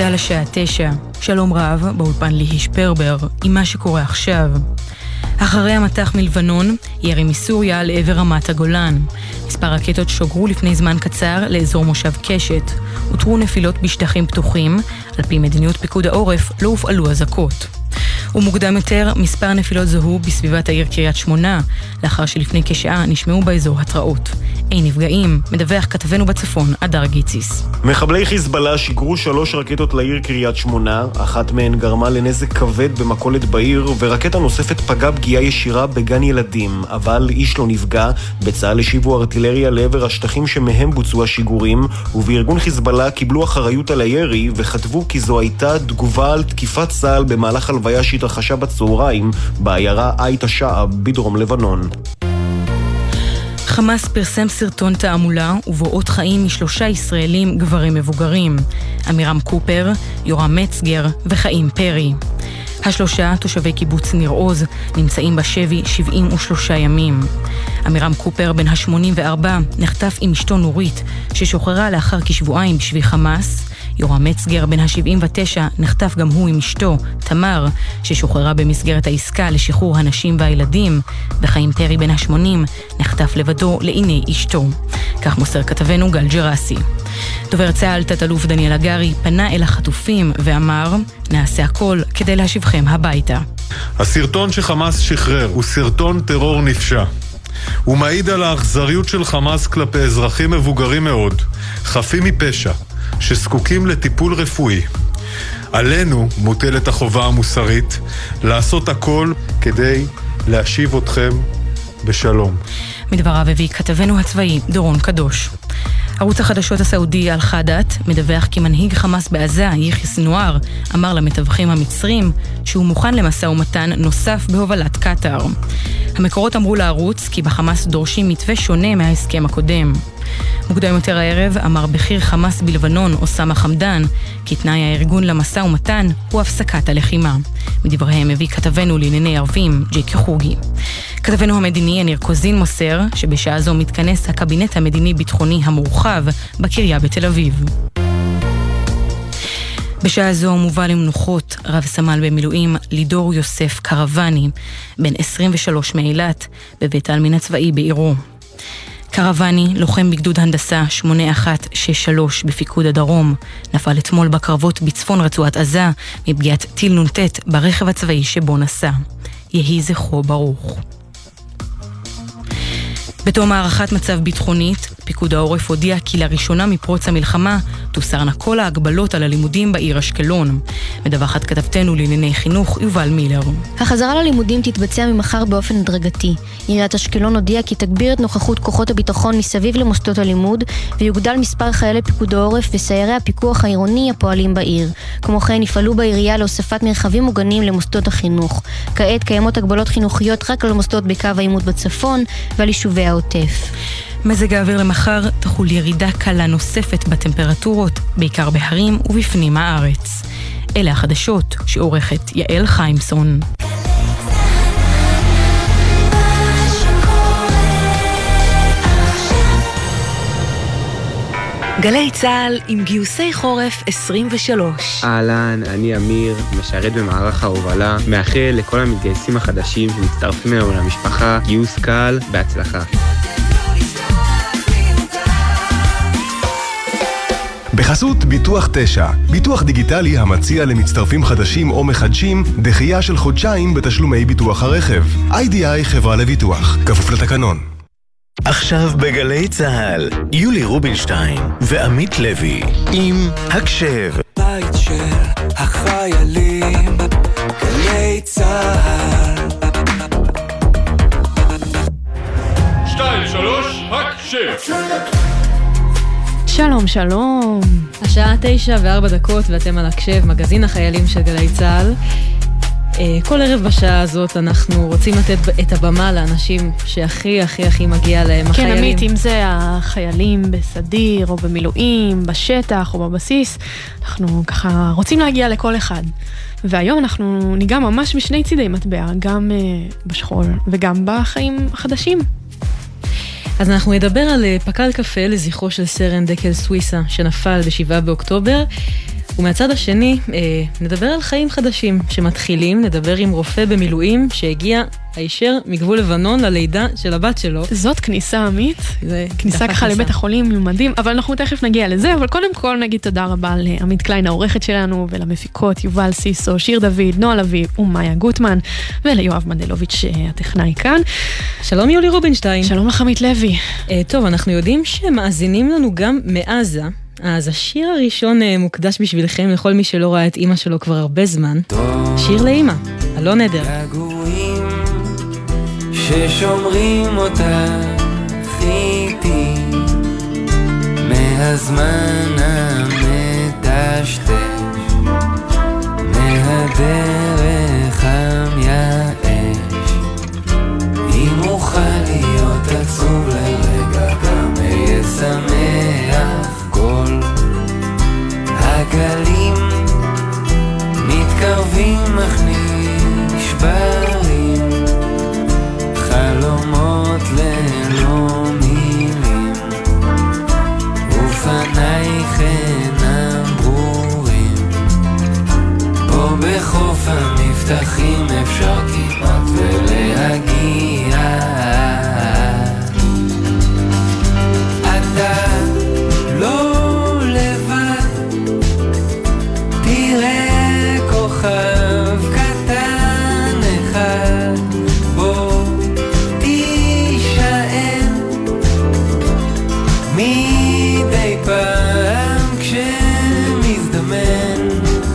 צהל השעה 9. שלום רב, באולפן ליהי שפרבר, עם מה שקורה עכשיו. אחרי המתח מלבנון, ירי מסוריה לעבר רמת הגולן. מספר רקטות שוגרו לפני זמן קצר לאזור מושב קשת. הותרו נפילות בשטחים פתוחים, על פי מדיניות פיקוד העורף לא הופעלו אזעקות. ומוקדם יותר, מספר נפילות זוהו בסביבת העיר קריית שמונה, לאחר שלפני כשעה נשמעו באזור התראות. אין נפגעים, מדווח כתבנו בצפון, אדר גיציס. מחבלי חיזבאללה שיגרו 3 רקטות לעיר קריית שמונה, אחת מהן גרמה לנזק כבד במכולת בעיר, ורקטה נוספת פגעה פגיעה ישירה בגן ילדים, אבל איש לא נפגע. בצה"ל השיבו ארטילריה לעבר השטחים שמהם בוצעו השיגורים, ובארגון חיזבאללה קיבלו אחריות על הירי, וכתבו כי זו הייתה תגובה על תקיפת צה"ל במהלך הלוויה שהתרחשה בצהריים בעיירה עית השעב בדרום לבנון. חמאס פרסם סרטון תעמולה ובו אות חיים מ3 ישראלים גברים מבוגרים, אמירם קופר, יורם מצגר וחיים פרי. השלושה, תושבי קיבוץ ניר עוז, נמצאים בשבי 73 ימים. אמירם קופר, בן ה-84, נחטף עם אשתו נורית, ששוחררה לאחר כשבועיים בשבי חמאס. יורם מצגר, בן ה-79, נחטף גם הוא עם אשתו, תמר, ששוחררה במסגרת העסקה לשחרור הנשים והילדים. וחיים פרי, בן ה-80, נחטף לבדו לעיני אשתו. כך מוסר כתבנו גל ג'רסי. דובר צה"ל תת-אלוף דניאל הגרי פנה אל החטופים ואמר, נעשה הכל כדי להשיבכם הביתה. הסרטון שחמאס שחרר הוא סרטון טרור נפשע. הוא מעיד על האכזריות של חמאס כלפי אזרחים מבוגרים מאוד, חפים מפשע, שזקוקים לטיפול רפואי. עלינו מוטלת החובה המוסרית לעשות הכל כדי להשיב אתכם בשלום. מדבריו הביא כתבנו הצבאי דורון קדוש. ערוץ החדשות הסעודי אל-חדת מדווח כי מנהיג חמאס בעזה, יחיא סנואר, אמר למתווכים המצרים שהוא מוכן למשא ומתן נוסף בהובלת קטר. המקורות אמרו לערוץ כי בחמאס דורשים מתווה שונה מההסכם הקודם. מוקדם יותר הערב אמר בכיר חמאס בלבנון, אוסמה חמדן, כי תנאי הארגון למשא ומתן הוא הפסקת הלחימה. מדבריהם הביא כתבנו לענייני ערבים, ג'יק חוגי. כתבנו המדיני יניר קוזין מוסר שבשעה זו מתכנס הקבינט המדיני-ביטחוני המורחב בקריה בתל אביב. בשעה זו מובא למנוחות רב סמל במילואים לידור יוסף קרבני, בן 23 מאילת, בבית העלמין הצבאי בעירו. קרבני, לוחם בגדוד הנדסה 8163 בפיקוד הדרום, נפל אתמול בקרבות בצפון רצועת עזה מפגיעת טיל נ"ט ברכב הצבאי שבו נסע. יהי זכרו ברוך. בתום הערכת מצב ביטחונית, פיקוד העורף הודיע כי לראשונה מפרוץ המלחמה תוסרנה כל ההגבלות על הלימודים בעיר אשקלון. מדווחת כתבתנו לענייני חינוך יובל מילר. החזרה ללימודים תתבצע ממחר באופן הדרגתי. עיריית אשקלון הודיעה כי תגביר את נוכחות כוחות הביטחון מסביב למוסדות הלימוד, ויוגדל מספר חיילי פיקוד העורף וסיירי הפיקוח העירוני הפועלים בעיר. כמו כן יפעלו בעירייה להוספת מרחבים מוגנים למוסדות החינוך. כעת קיימות הגבלות חינוכיות רק על מוסדות בקו העימות בצפון ועל יישובי העוטף. מזג האוויר למחר תחול ירידה קלה נוספת בטמפרטורות, בעיקר בהרים ובפנים הארץ. אלה החדשות שעורכת יעל חיימסון. גלי צהל עם גיוסי חורף 23. אהלן, אני אמיר, משרת במערך ההובלה, מאחל לכל המתגייסים החדשים שמצטרפים אלינו למשפחה גיוס קל בהצלחה. בחסות ביטוח 9, ביטוח דיגיטלי המציע למצטרפים חדשים או מחדשים דחייה של חודשיים בתשלומי ביטוח הרכב. IDI חברה לביטוח, כפוף לתקנון. עכשיו בגלי צהל, יולי רובינשטיין ועמית לוי עם הקשב. בית של החיילים, גלי צהל. 2, 3, הקשב. שלום, שלום. השעה 9:04 ואתם על הקשב, מגזין החיילים של גלי צהל. כל ערב בשעה הזאת אנחנו רוצים לתת את הבמה לאנשים שהכי הכי הכי מגיע להם, החיילים. כן, עמית, אם זה החיילים בסדיר או במילואים, בשטח או בבסיס, אנחנו ככה רוצים להגיע לכל אחד. והיום אנחנו ניגע ממש משני צידי מטבע, גם בשכול וגם בחיים החדשים. אז אנחנו נדבר על פקד קפה לזכרו של סרן דקל סוויסה שנפל ב7 באוקטובר. ומהצד השני, נדבר על חיים חדשים שמתחילים, נדבר עם רופא במילואים שהגיע הישר מגבול לבנון ללידה של הבת שלו. זאת כניסה עמית, כניסה ככה לבית החולים ממדים, אבל אנחנו תכף נגיע לזה, אבל קודם כל נגיד תודה רבה לעמית קליין העורכת שלנו, ולמפיקות יובל סיסו, שיר דוד, נועה לוי ומאיה גוטמן, וליואב מנדלוביץ' הטכנאי כאן. שלום יולי רובינשטיין. שלום לך עמית לוי. טוב, אנחנו יודעים שמאזינים לנו גם מעזה, אז השיר הראשון מוקדש בשבילכם לכל מי שלא ראה את אמא שלו כבר הרבה זמן. שיר לאמא, אלון נדר. ששומרים אותך איתי מהזמן המטשטש, מהדרך המייאש. אם אוכל להיות עצוב לרגע, גם אהיה שמח. כל הגלים מתקרבים אך נשברים, חלומות ללא מילים, ופנייך אינם ברורים. פה בחוף המבטחים אפשר כמעט ולהגיע. אתה לא לבד, תראה כוכב קטן אחד, בוא תישאר מדי פעם כשמזדמן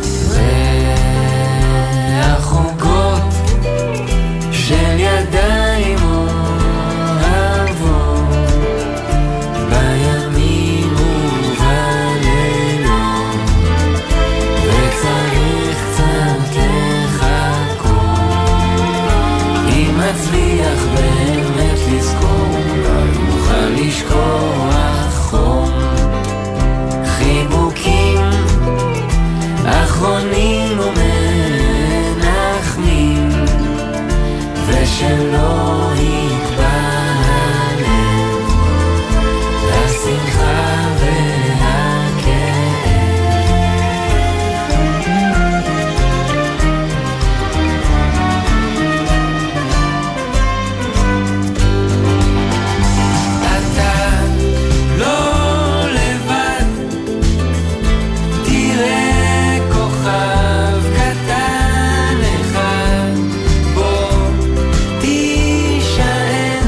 ריח חוגות של ידיים אוהבות בימים ובלילות, וצריך קצת לחכות. אם מצליח באמת לזכור, לא יוכל לשכוח חום. חיבוקים אחרונים ומנחמים, ושלא יקבע הלב לשמחה והכאב. אתה לא לבד, תראה כוכב קטן אחד, בוא תישאר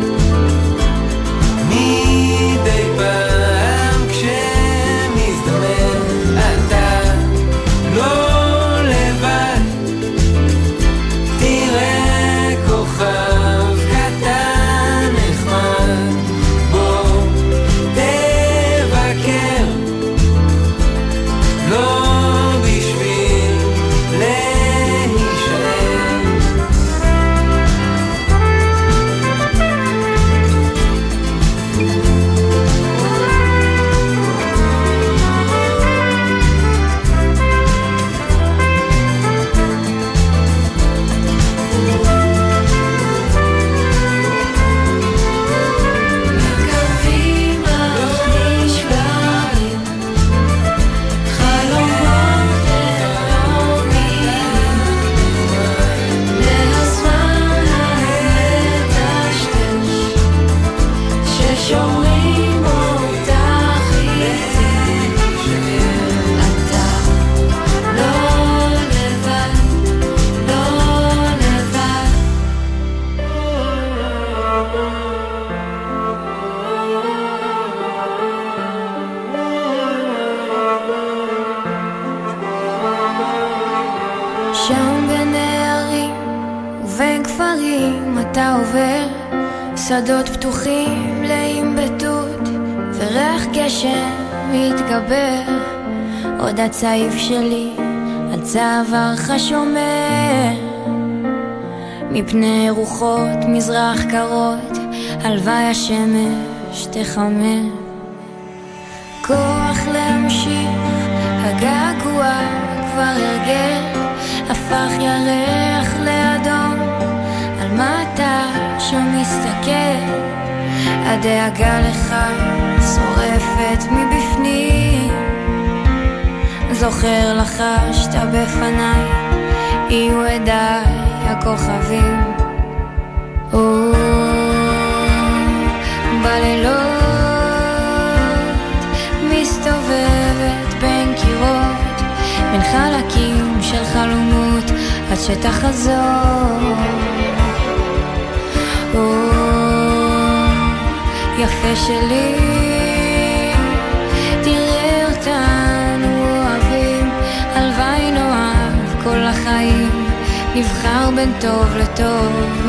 מדי פעם כשמזדמן. אתה לא לבד, תראה כוכב קטן נחמד, בוא תבקר, לא בשביל להישאר. קווים אך נשברים, חלומות ללא מילים, מהזמן המטשטש, ששומרים אותך איתי. אתה לא לבד, לא לבד. שם בין הערים ובין כפרים אתה עובר, שדות פתוחים מלאים בתות, וריח גשם מתגבר. עוד הצעיף שלי על צווארך שומר, מפני רוחות מזרח קרות, הלוואי השמש תחמר. כוח להמשיך, הגעגוע כבר הרגל, הפך ירח לאדום, על מה אתה שם מסתכל? הדאגה לך שורפת מבפנים, זוכר לחשת בפניי, יהיו עדיי הכוכבים. בלילות מסתובבת בין קירות, בין חלקים של חלומות, עד שתחזור. יפה שלי, תראה אותנו אוהבים, הלוואי נאהב כל החיים, נבחר בין טוב לטוב.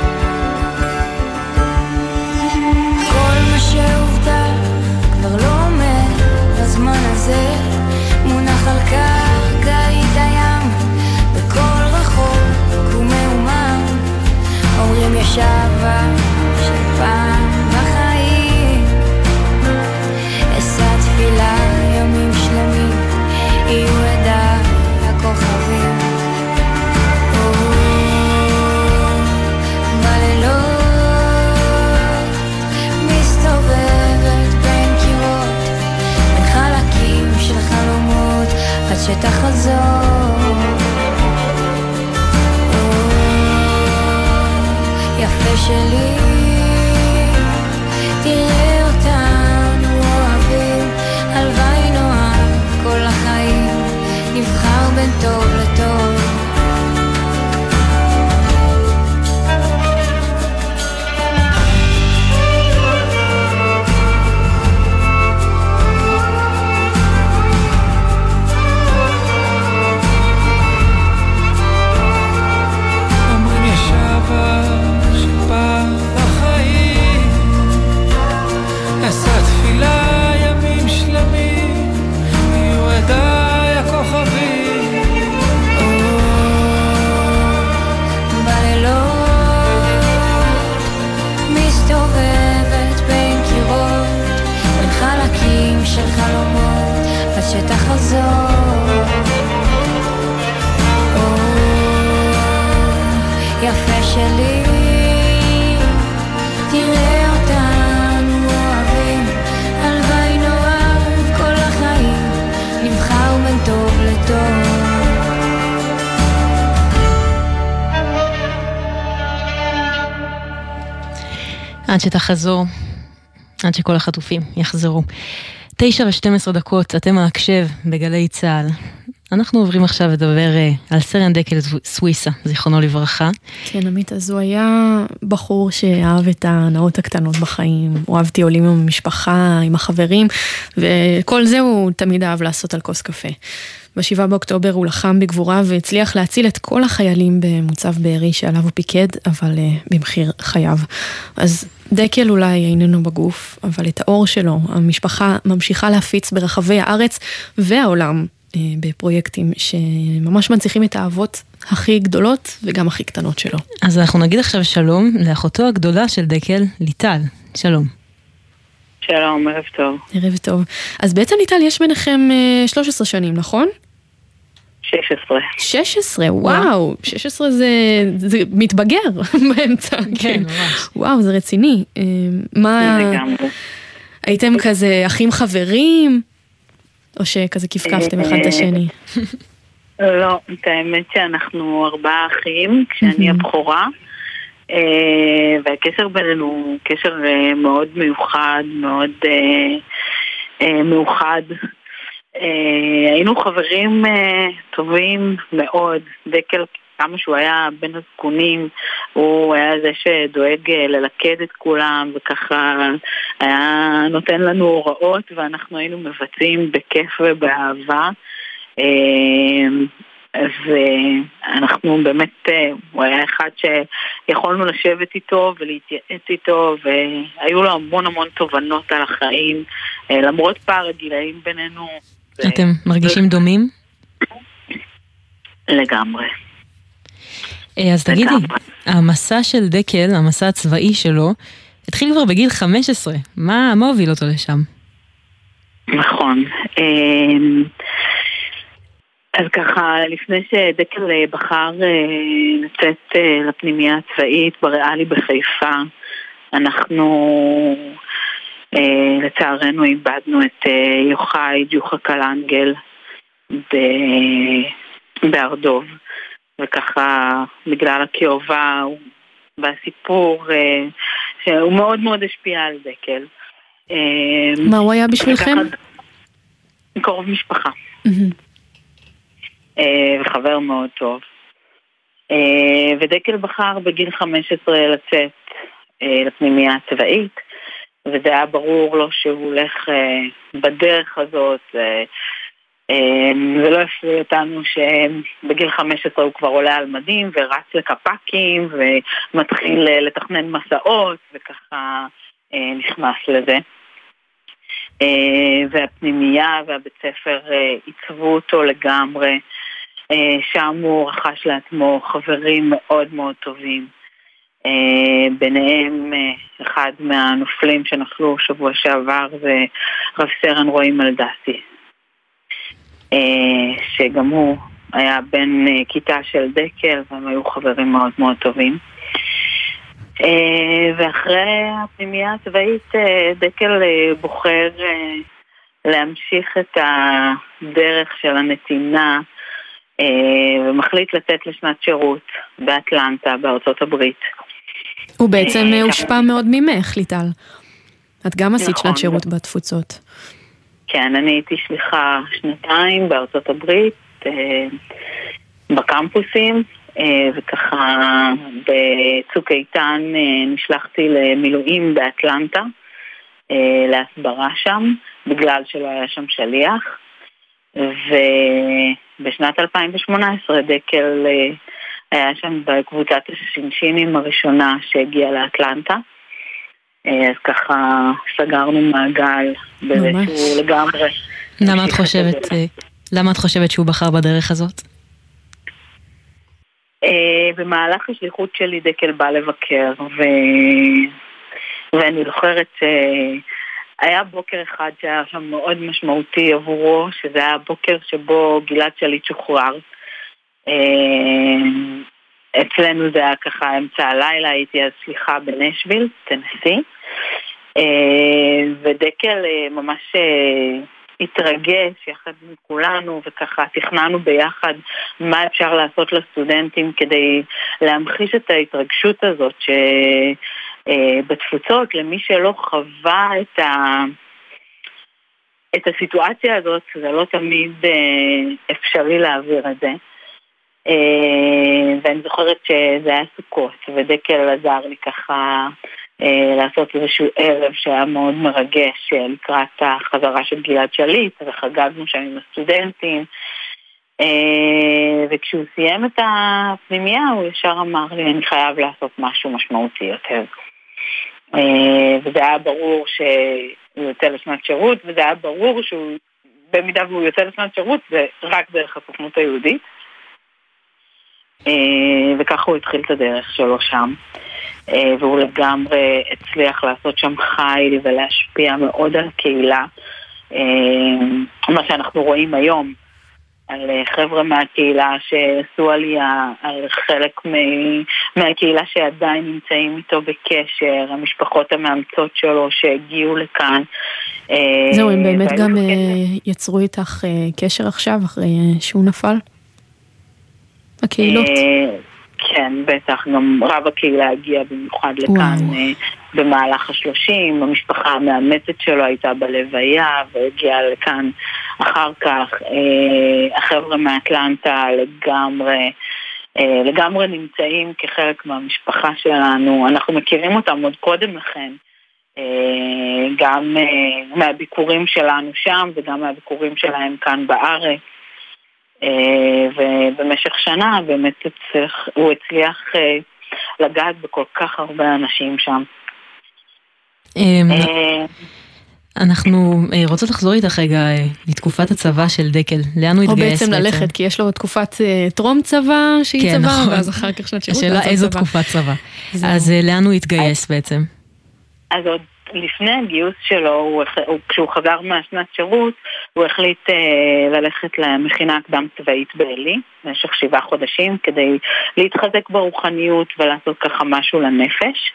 כל מה שהובטח כבר לא עומד בזמן הזה, מונח על קרקעית הים, בכל רחוב ומאומם, אומרים ישבה של פעם בחיים, אשא תפילה ימים שלמים, יהיו עדיי הכוכבים. בלילות מסתובבת בין קירות, בין חלקים של חלומות, עד שתחזור. יפה שלי, תראה אותנו אוהבים, הלוואי נאהב כל החיים, נבחר בין טוב לטוב. שתחזור. יפה שלי, תראה אותנו אוהבים, הלוואי נאהב כל החיים, נבחר בין טוב לטוב. עד שתחזור, עד שכל החטופים יחזרו. 9:12, אתם ההקשב בגלי צהל. אנחנו עוברים עכשיו לדבר על סרן דקל סוויסה, זיכרונו לברכה. כן, עמית, אז הוא היה בחור שאהב את הנאות הקטנות בחיים, הוא אהב טיולים עם המשפחה, עם החברים, וכל זה הוא תמיד אהב לעשות על כוס קפה. ב7 באוקטובר הוא לחם בגבורה והצליח להציל את כל החיילים במוצב בארי שעליו הוא פיקד, אבל במחיר חייו. אז דקל אולי איננו בגוף, אבל את האור שלו המשפחה ממשיכה להפיץ ברחבי הארץ והעולם בפרויקטים שממש מנציחים את האהבות הכי גדולות וגם הכי קטנות שלו. אז אנחנו נגיד עכשיו שלום לאחותו הגדולה של דקל, ליטל. שלום. שלום, ערב טוב. ערב טוב. אז בעצם ליטל יש ביניכם 13 שנים, נכון? 16. 16, וואו. 16 זה מתבגר באמצע. כן, ממש. וואו, זה רציני. מה... הייתם כזה אחים חברים? או שכזה כיפקפתם אחד את השני? לא, את האמת שאנחנו 4 אחים, כשאני הבכורה, והקשר בינינו הוא קשר מאוד מיוחד, מאוד מאוחד. היינו חברים טובים מאוד. דקל, כמה שהוא היה בין הזקונים, הוא היה זה שדואג ללכד את כולם, וככה היה נותן לנו הוראות, ואנחנו היינו מבצעים בכיף ובאהבה. אז אנחנו באמת, הוא היה אחד שיכולנו לשבת איתו ולהתייעץ איתו, והיו לו המון המון תובנות על החיים, למרות פער הגילאים בינינו. אתם מרגישים דומים? לגמרי. אז תגידי, המסע של דקל, המסע הצבאי שלו, התחיל כבר בגיל 15. מה הוביל אותו לשם? נכון. אז ככה, לפני שדקל בחר לצאת לפנימייה הצבאית בריאלי בחיפה, אנחנו לצערנו איבדנו את יוחאי ג'וחה קלנגל, בארדוב, וככה בגלל הקרבה והסיפור שהוא מאוד מאוד השפיע על דקל. מה הוא היה בשבילכם? קרוב משפחה. וחבר מאוד טוב. ודקל בחר בגיל 15 לצאת לפנימייה הצבאית, וזה היה ברור לו שהוא הולך בדרך הזאת, ולא הפריע אותנו שבגיל 15 הוא כבר עולה על מדים ורץ לקפקים ומתחיל לתכנן מסעות, וככה נכנס לזה. והפנימייה והבית ספר עיצבו אותו לגמרי. שם הוא רכש לעצמו חברים מאוד מאוד טובים, ביניהם אחד מהנופלים שנפלו שבוע שעבר זה רב סרן רועי מלדסי, שגם הוא היה בן כיתה של דקל, והם היו חברים מאוד מאוד טובים. ואחרי הפנימייה הצבאית דקל בוחר להמשיך את הדרך של הנתינה, ומחליט לצאת לשנת שירות באטלנטה בארצות הברית. הוא בעצם הושפע מאוד ממך, ליטל. את גם עשית שנת שירות בתפוצות. כן, אני הייתי שליחה 2 בארצות הברית, בקמפוסים, וככה בצוק איתן נשלחתי למילואים באטלנטה, להסברה שם, בגלל שלא היה שם שליח. ובשנת 2018 דקל היה שם בקבוצת השינשינים הראשונה שהגיעה לאטלנטה, אז ככה סגרנו מעגל בזה שהוא לגמרי. למה את חושבת שהוא בחר בדרך הזאת? במהלך השליחות שלי דקל בא לבקר, ואני זוכרת היה בוקר אחד שהיה שם מאוד משמעותי עבורו, שזה היה בוקר שבו גלעד שליט שוחרר. אצלנו זה היה ככה אמצע הלילה, הייתי אז שליחה בנשוויל, טנסי, ודקל ממש התרגש יחד עם כולנו, וככה תכננו ביחד מה אפשר לעשות לסטודנטים כדי להמחיש את ההתרגשות הזאת בתפוצות, למי שלא חווה את הסיטואציה הזאת, זה לא תמיד אפשרי להעביר את זה. ואני זוכרת שזה היה סוכות, ודקל עזר לי ככה לעשות איזשהו ערב שהיה מאוד מרגש לקראת החזרה של גלעד שליט, וחגגנו שם עם הסטודנטים. וכשהוא סיים את הפנימייה הוא ישר אמר לי, אני חייב לעשות משהו משמעותי יותר. וזה היה ברור שהוא יוצא לשנת שירות, וזה היה ברור שהוא במידה והוא יוצא לשנת שירות זה רק דרך הסוכנות היהודית, וככה הוא התחיל את הדרך שלו שם, והוא לגמרי הצליח לעשות שם חיל ולהשפיע מאוד על הקהילה, מה שאנחנו רואים היום על חבר'ה מהקהילה שעשו עלייה, על חלק מהקהילה שעדיין נמצאים איתו בקשר, המשפחות המאמצות שלו שהגיעו לכאן. זהו, הם באמת גם יצרו איתך קשר עכשיו אחרי שהוא נפל? הקהילות? כן, בטח, גם רב הקהילה הגיע במיוחד לכאן במהלך 30, המשפחה המאמצת שלו הייתה בלוויה והגיעה לכאן אחר כך. החבר'ה מאטלנטה לגמרי נמצאים כחלק מהמשפחה שלנו, אנחנו מכירים אותם עוד קודם לכן, גם מהביקורים שלנו שם וגם מהביקורים שלהם כאן בארץ. ובמשך שנה באמת הוא הצליח לגעת בכל כך הרבה אנשים שם. אנחנו רוצות לחזור איתך רגע לתקופת הצבא של דקל. לאן הוא התגייס בעצם? או בעצם ללכת, כי יש לו תקופת טרום צבא שהיא צבא, ואז אחר כך שנת שירות. השאלה איזו תקופת צבא. אז לאן הוא התגייס בעצם? אז עוד לפני הגיוס שלו, כשהוא חזר מהשנת שירות, הוא החליט ללכת למכינה הקדם צבאית בעלי, במשך 7 חודשים, כדי להתחזק ברוחניות ולעשות ככה משהו לנפש.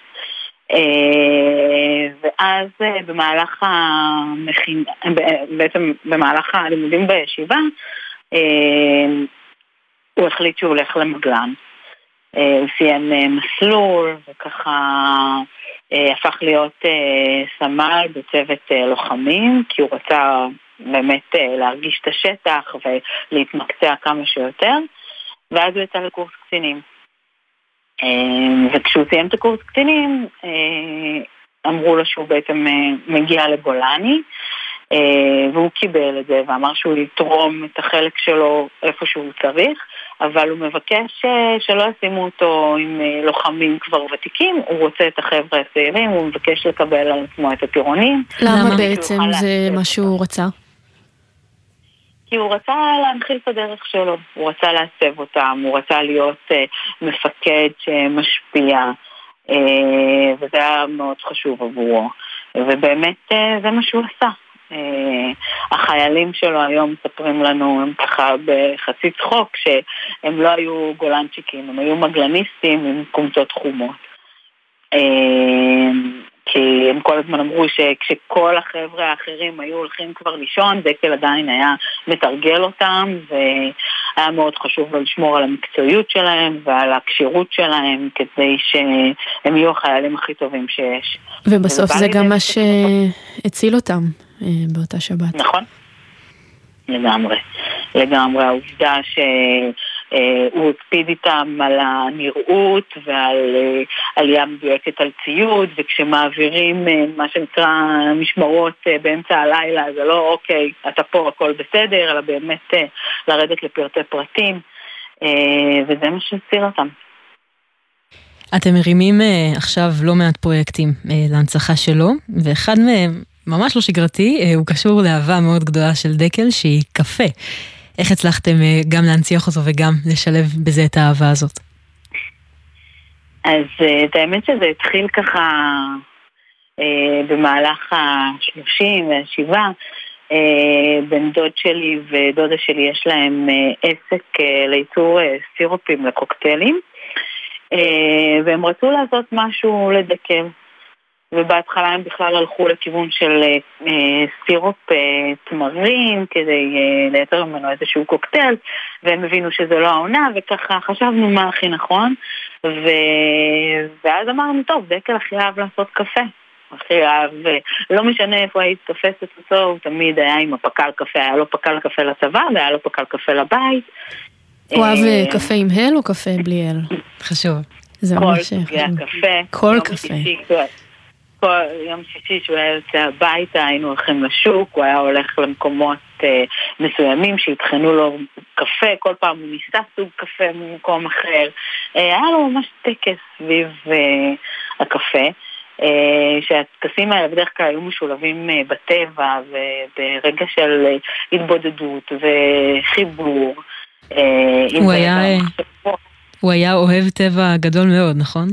ואז במהלך במהלך הלימודים בישיבה, הוא החליט שהוא הולך למגלן. הוא סיים מסלול, וככה הפך להיות סמל בצוות לוחמים, כי הוא רצה באמת להרגיש את השטח ולהתמקצע כמה שיותר, ואז הוא יצא לקורס קצינים. וכשהוא סיים את הקורס קצינים, אמרו לו שהוא בעצם מגיע לגולני, והוא קיבל את זה ואמר שהוא יתרום את החלק שלו איפה שהוא צריך, אבל הוא מבקש שלא ישימו אותו עם לוחמים כבר ותיקים, הוא רוצה את החבר'ה הצעירים, הוא מבקש לקבל על עצמו את הטירונים. למה בעצם זה מה שהוא רצה? כי הוא רצה להנחיל את הדרך שלו, הוא רצה לעצב אותם, הוא רצה להיות מפקד שמשפיע, וזה היה מאוד חשוב עבורו, ובאמת זה מה שהוא עשה. החיילים שלו היום מספרים לנו, הם ככה בחצי צחוק, שהם לא היו גולנצ'יקים, הם היו מגלניסטים עם קומצות חומות. כי הם כל הזמן אמרו שכשכל החבר'ה האחרים היו הולכים כבר לישון, דקל עדיין היה מתרגל אותם, והיה מאוד חשוב לו לשמור על המקצועיות שלהם ועל הקשירות שלהם, כדי שהם יהיו החיילים הכי טובים שיש. ובסוף זה גם מה שהציל אותם באותה שבת. נכון. לגמרי. לגמרי. העובדה שהוא הקפיד איתם על הנראות ועל עלייה מדויקת על ציוד, וכשמעבירים מה שנקרא משמרות באמצע הלילה, זה לא אוקיי, אתה פה הכל בסדר, אלא באמת לרדת לפרטי פרטים, וזה מה שהציל אותם. אתם מרימים עכשיו לא מעט פרויקטים להנצחה שלו, ואחד מהם ממש לא שגרתי, הוא קשור לאהבה מאוד גדולה של דקל, שהיא קפה. איך הצלחתם גם להנציח אותו וגם לשלב בזה את האהבה הזאת? אז את האמת שזה התחיל ככה במהלך ה-30 וה-7, בן דוד שלי ודודה שלי יש להם עסק לייצור סירופים לקוקטיילים, והם רצו לעשות משהו לדקל. ובהתחלה הם בכלל הלכו לכיוון של סירופ תמרים כדי לייצר ממנו איזשהו קוקטייל, והם הבינו שזה לא העונה, וככה חשבנו מה הכי נכון, ואז אמרנו, טוב, דקל הכי אהב לעשות קפה. הכי אהב, לא משנה איפה היית תופסת אותו, הוא תמיד היה עם הפקל קפה, היה לו פקל קפה לצבא, והיה לו פקל קפה לבית. הוא אהב קפה עם הל או קפה בלי הל? חשוב. כל סוגי הקפה. כל קפה. יום שישי שהוא היה יוצא הביתה, היינו הולכים לשוק, הוא היה הולך למקומות מסוימים שהתחנו לו קפה, כל פעם הוא ניסה סוג קפה ממקום אחר. היה לו ממש טקס סביב הקפה, שהטקסים האלה בדרך כלל היו משולבים בטבע וברגע של התבודדות וחיבור. הוא היה אוהב טבע גדול מאוד, נכון?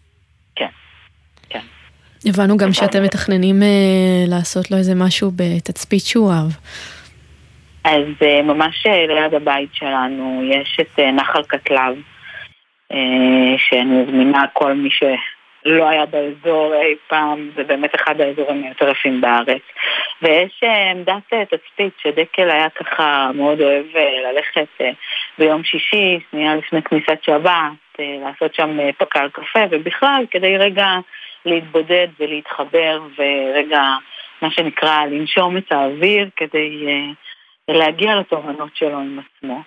הבנו גם שאתם מתכננים לעשות לו איזה משהו בתצפית שהוא אהב. אז ממש ליד הבית שלנו יש את נחל קטלב, שאני מזמינה כל מי שלא היה באזור אי פעם, זה באמת אחד האזורים היותר יפים בארץ. ויש עמדת תצפית שדקל היה ככה מאוד אוהב ללכת ביום שישי, שנייה לפני כניסת שבת, לעשות שם פקל קפה, ובכלל כדי רגע להתבודד ולהתחבר ורגע מה שנקרא לנשום את האוויר כדי להגיע לתובנות שלו עם עצמו.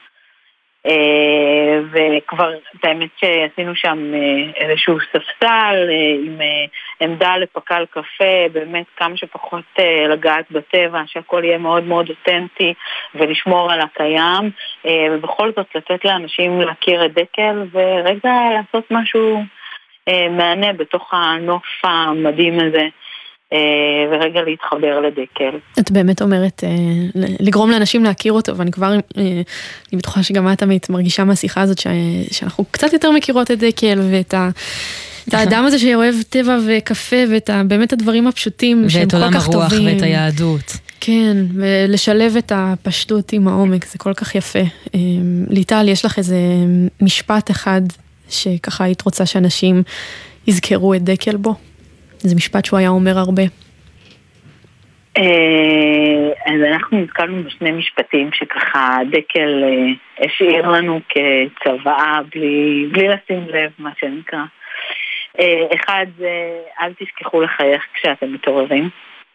וכבר את האמת שעשינו שם איזשהו ספסל עם עמדה לפקל קפה, באמת כמה שפחות לגעת בטבע, שהכל יהיה מאוד מאוד אותנטי ולשמור על הקיים, ובכל זאת לתת לאנשים להכיר את דקל ורגע לעשות משהו מענה בתוך הנוף המדהים הזה, ורגע להתחבר לדקל. את באמת אומרת לגרום לאנשים להכיר אותו, ואני כבר, אני בטוחה שגם את מרגישה מהשיחה הזאת שאנחנו קצת יותר מכירות את דקל, ואת האדם הזה שאוהב טבע וקפה, ואת באמת הדברים הפשוטים שהם כל כך טובים. ואת עולם הרוח ואת היהדות. כן, ולשלב את הפשטות עם העומק, זה כל כך יפה. ליטל, יש לך איזה משפט אחד שככה היית רוצה שאנשים יזכרו את דקל בו? זה משפט שהוא היה אומר הרבה. אז אנחנו נתקלנו בשני משפטים שככה דקל השאיר לנו כצוואה בלי לשים לב, מה שנקרא. אחד זה אל תשכחו לחייך כשאתם מתעוררים,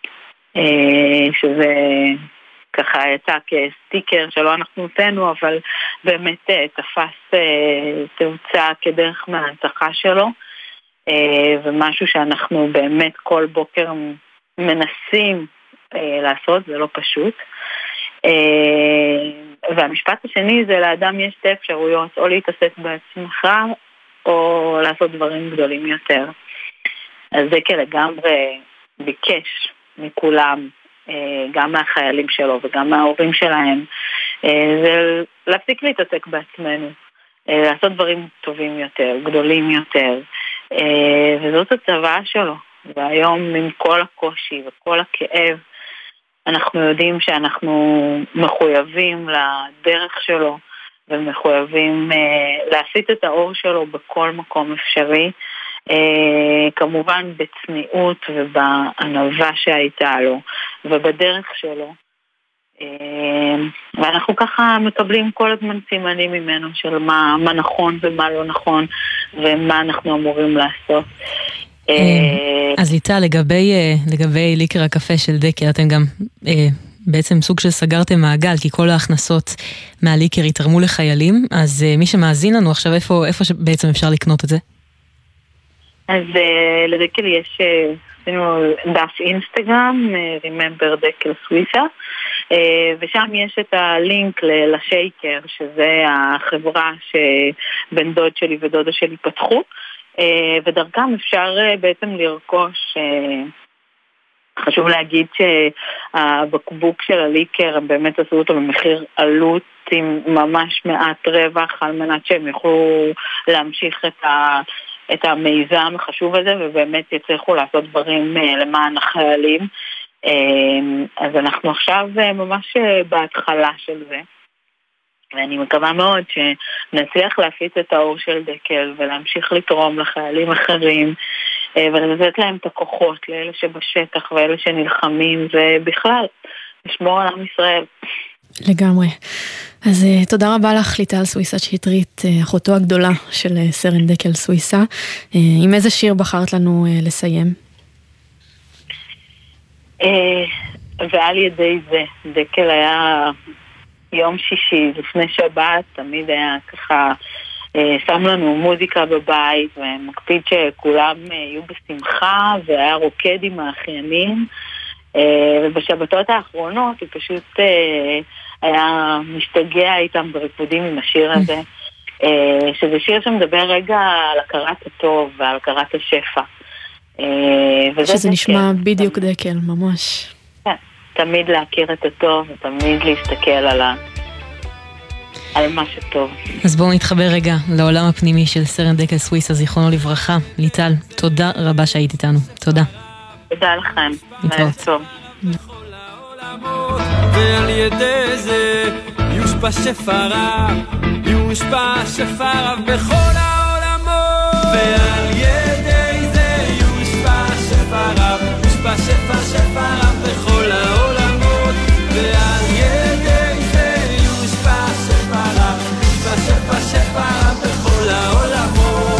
שזה ככה יצא כסטיקר שלא אנחנו נותנו, אבל באמת תפס תאוצה כדרך מההנצחה שלו, ומשהו שאנחנו באמת כל בוקר מנסים לעשות, זה לא פשוט. והמשפט השני זה לאדם יש שתי אפשרויות, או להתעסק בעצמך או לעשות דברים גדולים יותר. אז זה כלגמרי ביקש מכולם, גם מהחיילים שלו וגם מההורים שלהם, זה להפסיק להתעסק בעצמנו, לעשות דברים טובים יותר, גדולים יותר, וזאת הצוואה שלו. והיום עם כל הקושי וכל הכאב, אנחנו יודעים שאנחנו מחויבים לדרך שלו, ומחויבים להפיץ את האור שלו בכל מקום אפשרי, כמובן בצניעות ובענווה שהייתה לו, ובדרך שלו. ואנחנו ככה מקבלים כל הזמן סימנים ממנו של מה נכון ומה לא נכון, ומה אנחנו אמורים לעשות. אז ליטל, לגבי ליקר הקפה של דקל, אתם גם בעצם סוג של סגרתם מעגל, כי כל ההכנסות מהליקר יתרמו לחיילים, אז מי שמאזין לנו עכשיו, איפה בעצם אפשר לקנות את זה? אז לדקל יש דף אינסטגרם, Remember דקל סוויסה, ושם יש את הלינק לשייקר, שזה החברה שבן דוד שלי ודודה שלי פתחו, ודרכם אפשר בעצם לרכוש. חשוב להגיד שהבקבוק של הליקר הם באמת עשו אותו במחיר עלות עם ממש מעט רווח, על מנת שהם יוכלו להמשיך את המיזם החשוב הזה, ובאמת יצליחו לעשות דברים למען החיילים. אז אנחנו עכשיו ממש בהתחלה של זה, ואני מקווה מאוד שנצליח להפיץ את האור של דקל ולהמשיך לתרום לחיילים אחרים, ולתת להם את הכוחות, לאלה שבשטח ואלה שנלחמים, ובכלל לשמור על עם ישראל. לגמרי. אז תודה רבה לך ליטל סוויסה שטרית, אחותו הגדולה של סרן דקל סוויסה. עם איזה שיר בחרת לנו לסיים? ועל ידי זה, דקל היה יום שישי לפני שבת, תמיד היה ככה שם לנו מוזיקה בבית ומקפיד שכולם יהיו בשמחה, והיה רוקד עם האחיינים, ובשבתות האחרונות הוא פשוט היה משתגע איתם בריקודים עם השיר הזה, שזה שיר שמדבר רגע על הכרת הטוב ועל הכרת השפע, שזה נשמע בדיוק דקל, ממש. כן, תמיד להכיר את הטוב ותמיד להסתכל על מה שטוב. אז בואו נתחבר רגע לעולם הפנימי של סרן דקל סוויסה, זיכרונו לברכה. ליטל, תודה רבה שהיית איתנו. תודה. תודה לכם. לילה טוב. ועל ידי זה יושפע שפע רב, יושפע שפע רב בכל העולמות. ועל ידי זה יושפע שפע רב, יושפע שפע רב בכל העולמות. ועל ידי זה יושפע שפע רב, יושפע שפע רב בכל העולמות.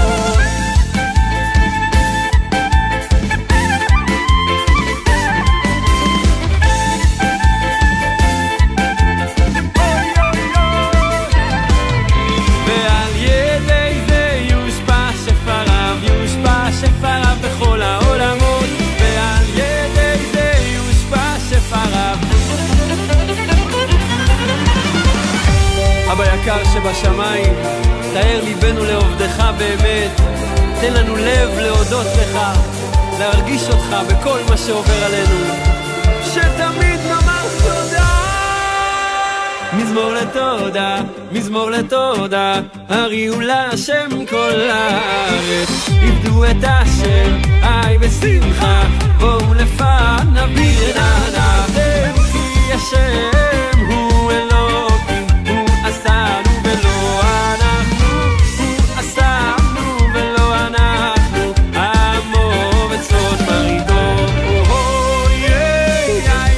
אבא יקר שבשמיים, תאר ליבנו לעובדך באמת, תן לנו לב להודות לך, להרגיש אותך בכל מה שעובר עלינו, שתמיד נאמר תודה. מזמור לתודה, מזמור לתודה, הריעו להשם כל הארץ, עבדו את השם, היי בשמחה, בואו לפניו ברננה, כי השם הוא אלוקים, הוא עשנו ולא אנחנו, הוא עשנו ולא אנחנו, עמו וצאן מרעיתו, אוי איי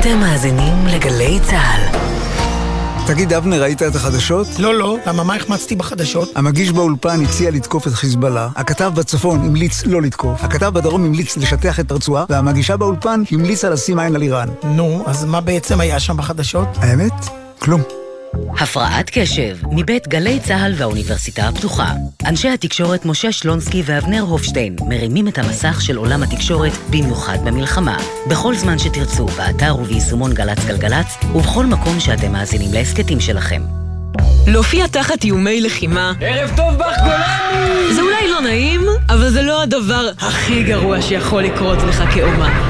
אתם מאזינים לגלי צהל. תגיד, אבנר, ראית את החדשות? לא. למה, מה החמצתי בחדשות? המגיש באולפן הציע לתקוף את חיזבאללה, הכתב בצפון המליץ לא לתקוף, הכתב בדרום המליץ לשטח את הרצועה, והמגישה באולפן המליצה לשים עין על איראן. נו, אז מה בעצם היה שם בחדשות? האמת? כלום. הפרעת קשב, מבית גלי צהל והאוניברסיטה הפתוחה. אנשי התקשורת משה שלונסקי ואבנר הופשטיין מרימים את המסך של עולם התקשורת, במיוחד במלחמה. בכל זמן שתרצו, באתר וביישומון גלץ גלגלץ, ובכל מקום שאתם מאזינים להסקטים שלכם. להופיע תחת איומי לחימה. ערב טוב בך גולני! זה אולי לא נעים, אבל זה לא הדבר הכי גרוע שיכול לקרות לך כאומה.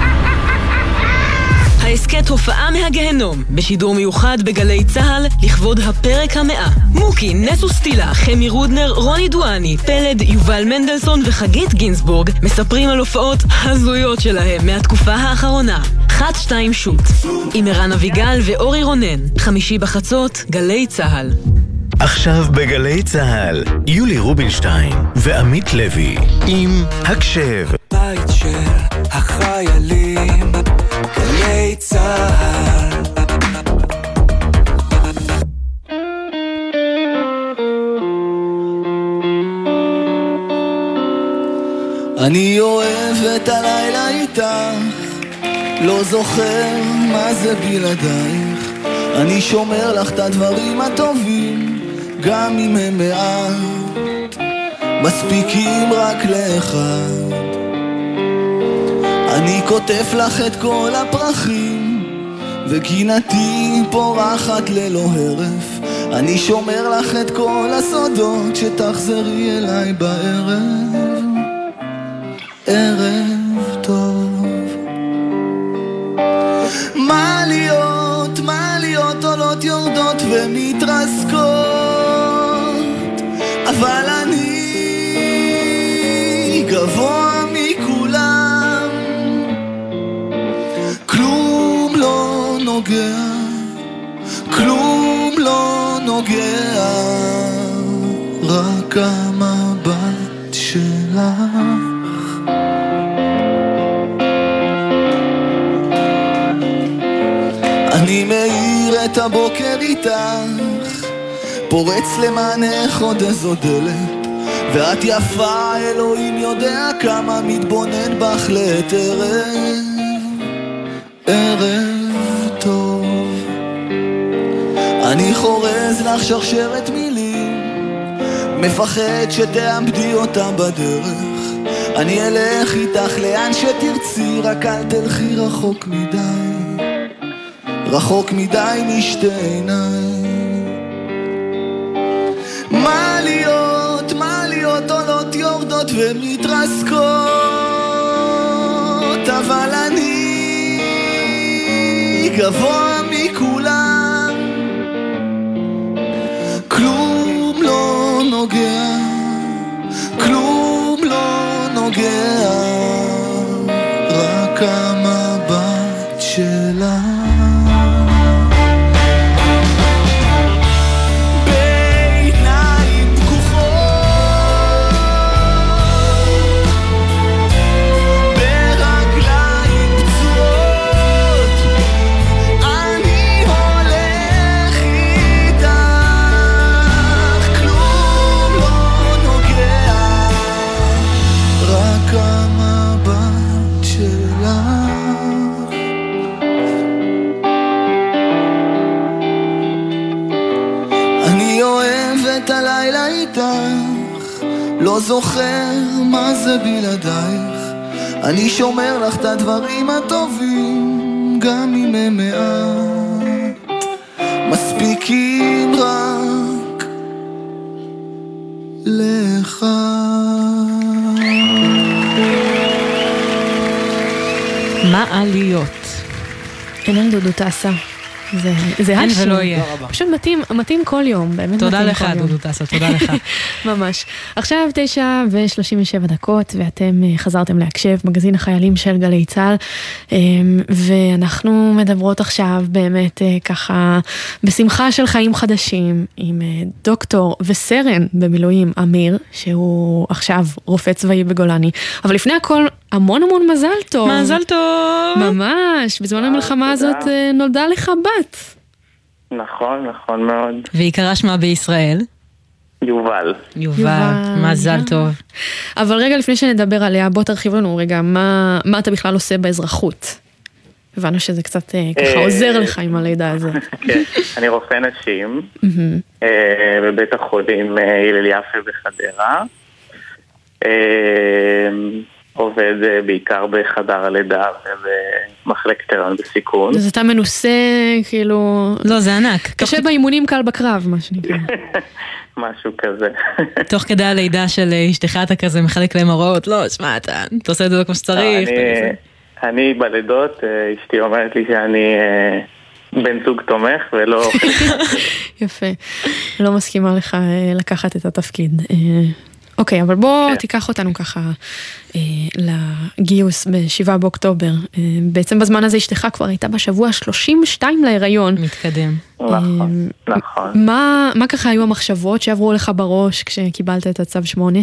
ההסקט הופעה מהגהנום, בשידור מיוחד בגלי צהל, לכבוד הפרק 100. מוקי, נסו סטילה, חמי רודנר, רוני דואני, פלד, יובל מנדלסון וחגית גינסבורג מספרים על הופעות הזויות שלהם מהתקופה האחרונה. 1-2 שוט, עם ערן אביגל ואורי רונן. 5 בחצות, גלי צהל. עכשיו בגלי צהל, יולי רובינשטיין ועמית לוי עם הקשב. בית של החיילים, גלי צהל. אני אוהב את הלילה איתך, לא זוכר מה זה בלעדייך. אני שומר לך את הדברים הטובים, גם אם הם מעט, מספיקים רק לאחד. אני כותב לך את כל הפרחים, וגינתי פורחת ללא הרף. אני שומר לך את כל הסודות, שתחזרי אליי בערב. ערב טוב. מה להיות עולות יורדות ומתרסקות, אבל אני גבוה מכולם. כלום לא נוגע, כלום לא נוגע, רק המבט שלך. אני מאיר את הבוקר איתך, פורץ למענך עוד איזו דלת, ואת יפה, אלוהים יודע כמה מתבונן בך לעת ערב. ערב טוב. אני חורז לך שרשרת מילים, מפחד שתעמדי אותם בדרך. אני אלך איתך לאן שתרצי, רק אל תלכי רחוק מדי, רחוק מדי משתי עיניי. מה להיות עולות יורדות ומתרסקות, אבל אני גבוה מכולם. כלום לא נוגע, כלום לא נוגע, רק המבט שלה. לא זוכר מה זה בלעדייך. אני שומר לך את הדברים הטובים, גם אם הם מעט, מספיקים רק לך. מה עליות? אין דודו טסה. זה אין ולא יהיה. פשוט מתאים כל יום, באמת. תודה לך דודו טסה, תודה לך. ממש. עכשיו 9:37, ואתם חזרתם להקשב, מגזין החיילים של גלי צהל, ואנחנו מדברות עכשיו באמת ככה בשמחה של חיים חדשים, עם דוקטור וסרן במילואים אמיר, שהוא עכשיו רופא צבאי בגולני. אבל לפני הכל, המון המון מזל טוב. מזל טוב. ממש, בזמן המלחמה הזאת נולדה לך בת. נכון, נכון מאוד. ועיקרה שמה בישראל? יובל. יובל, מזל טוב. אבל רגע לפני שנדבר עליה, בוא תרחיב לנו רגע, מה אתה בכלל עושה באזרחות? הבנו שזה קצת ככה עוזר לך עם הלידה הזה. כן, אני רופא נשים בבית החולים הלל יפה בחדרה. עובד בעיקר בחדר הלידה ובמחלקת הריון בסיכון. אז אתה מנוסה, כאילו... לא, זה ענק. קשה באימונים, קל בקרב, מה שנקרא. משהו כזה. תוך כדי הלידה של אשתך אתה כזה מחלק להם הוראות, לא, שמע, אתה עושה את זה כמו שצריך. אני בלידות, אשתי אומרת לי שאני בן זוג תומך ולא... יפה. לא מסכימה לך לקחת את התפקיד. אוקיי, אבל בוא תיקח אותנו ככה לגיוס ב7 באוקטובר. בעצם בזמן הזה אשתך כבר הייתה בשבוע 32 להיריון. מתקדם. נכון, נכון. מה ככה היו המחשבות שעברו לך בראש כשקיבלת את הצו 8?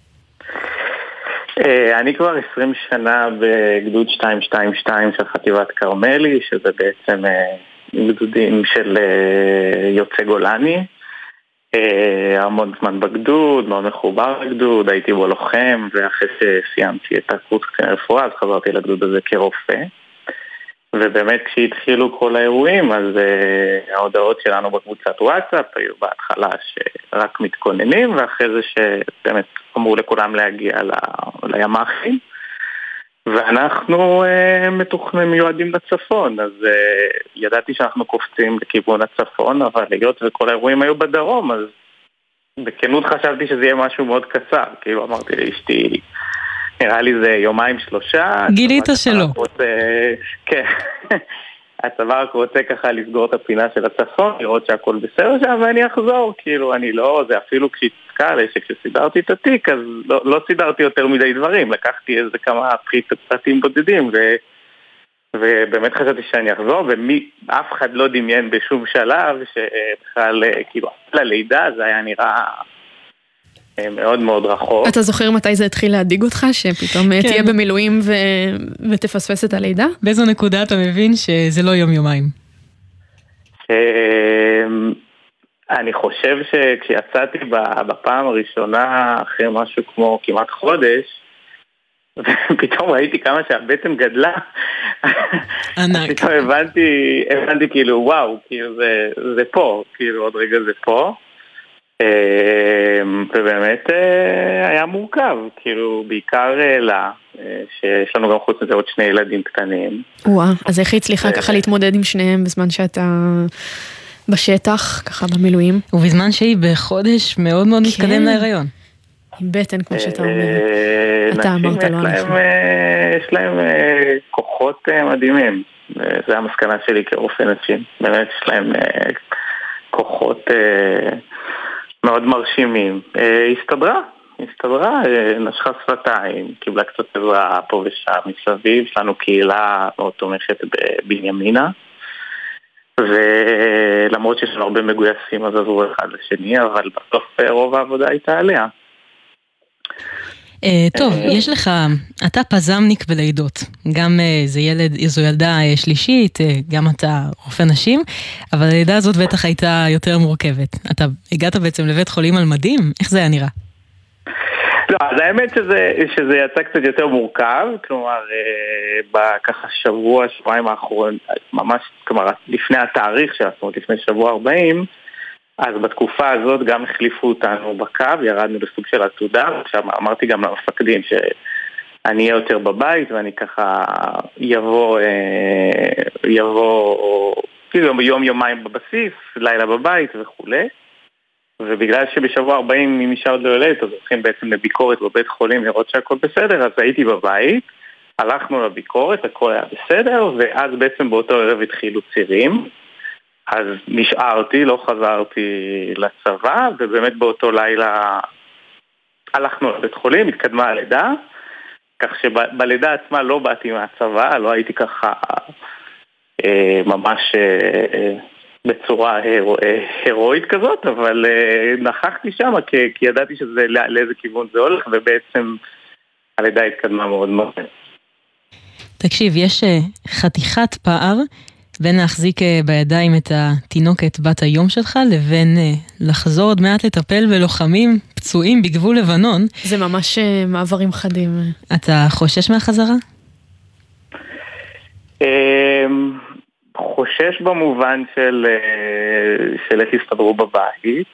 אני כבר 20 שנה בגדוד 222 של חטיבת קרמלי, שזה בעצם גדודים של יוצא גולני. המון זמן בגדוד, מאוד מחובר לגדוד, הייתי בו לוחם, ואחרי שסיימתי את הקורס קצין רפואה, אז חזרתי לגדוד הזה כרופא. ובאמת כשהתחילו כל האירועים, אז ההודעות שלנו בקבוצת וואטסאפ היו בהתחלה שרק מתכוננים, ואחרי זה שבאמת אמרו לכולם להגיע לימ"חים. ואנחנו מיועדים לצפון, אז ידעתי שאנחנו קופצים לכיוון הצפון, אבל היות וכל האירועים היו בדרום, אז בכנות חשבתי שזה יהיה משהו מאוד קצר, כאילו אמרתי לאשתי, נראה לי זה 2-3. גילית שלא. כן, הצבא רק רוצה ככה לסגור את הפינה של הצפון, לראות שהכל בסדר שם, ואני אחזור, כאילו אני לא, זה אפילו כשהתקע לי, שכשסידרתי את התיק, אז לא סידרתי יותר מדי דברים, לקחתי איזה כמה פרטים בודדים, ובאמת חשבתי שאני אחזור, ואף אחד לא דמיין בשום שלב, שבכלל, כאילו, ללידה זה היה נראה מאוד מאוד רחוק. אתה זוכר מתי זה התחיל להדיג אותך, שפתאום תהיה במילואים ותפספס את הלידה? באיזו נקודה אתה מבין שזה לא יום-יומיים? אני חושב שכשיצאתי בפעם הראשונה, אחרי משהו כמו כמעט חודש, פתאום ראיתי כמה שהבטן גדלה. ענק. פתאום הבנתי כאילו וואו, כאילו זה פה, כאילו עוד רגע זה פה. ובאמת היה מורכב, כאילו בעיקר לה, שיש לנו גם חוץ מזה עוד 2 ילדים קטנים. אז איך הצליחה ככה להתמודד עם שניהם בזמן שאתה בשטח, ככה במילואים? ובזמן שהיא בחודש מאוד מאוד מתקדם להיריון. עם בטן כמו שאתה אומר. אתה אמרת לא עליך. יש להם כוחות מדהימים, זה המסקנה שלי כרופא נשים, באמת יש להם כוחות מאוד מרשימים. הסתדרה, נשכה שפתיים, קיבלה קצת עזרה פה ושם מסביב, יש לנו קהילה מאוד תומכת בבנימינה, ולמרות שיש לנו הרבה מגויסים אז עזרו אחד לשני, אבל בסוף רוב העבודה הייתה עליה. טוב, יש לך, אתה פזמניק בלידות, גם זו ילדה שלישית, גם אתה רופא נשים, אבל הלידה הזאת בטח הייתה יותר מורכבת. אתה הגעת בעצם לבית חולים על מדים? איך זה היה נראה? לא, אז האמת שזה יצא קצת יותר מורכב, כלומר, בככה שבועיים האחרון, ממש, כלומר, לפני התאריך שלה, זאת אומרת, לפני שבוע 40, אז בתקופה הזאת גם החליפו אותנו בקו, ירדנו לסוג של עתודה, עכשיו אמרתי גם למפקדים שאני אהיה יותר בבית, ואני ככה יבוא כאילו יום-יומיים בבסיס, לילה בבית וכו'. ובגלל שבשבוע 40 אם אישה עוד לא יולדת, אז הולכים בעצם לביקורת בבית חולים לראות שהכל בסדר, אז הייתי בבית, הלכנו לביקורת, הכל היה בסדר, ואז בעצם באותו ערב התחילו צירים, אז נשארתי, לא חזרתי לצבא, ובאמת באותו לילה הלכנו לבית חולים, התקדמה הלידה, כך שבלידה עצמה לא באתי מהצבא, לא הייתי ככה ממש בצורה הרואית כזאת, אבל נכחתי שם כי ידעתי שזה לאיזה כיוון זה הולך, ובעצם הלידה התקדמה מאוד מאוד. תקשיב, יש חתיכת פער בין להחזיק בידיים את התינוקת בת היום שלך, לבין לחזור עוד מעט לטפל בלוחמים פצועים בגבול לבנון. זה ממש מעברים חדים. אתה חושש מהחזרה? חושש במובן של איך יסתדרו בבית,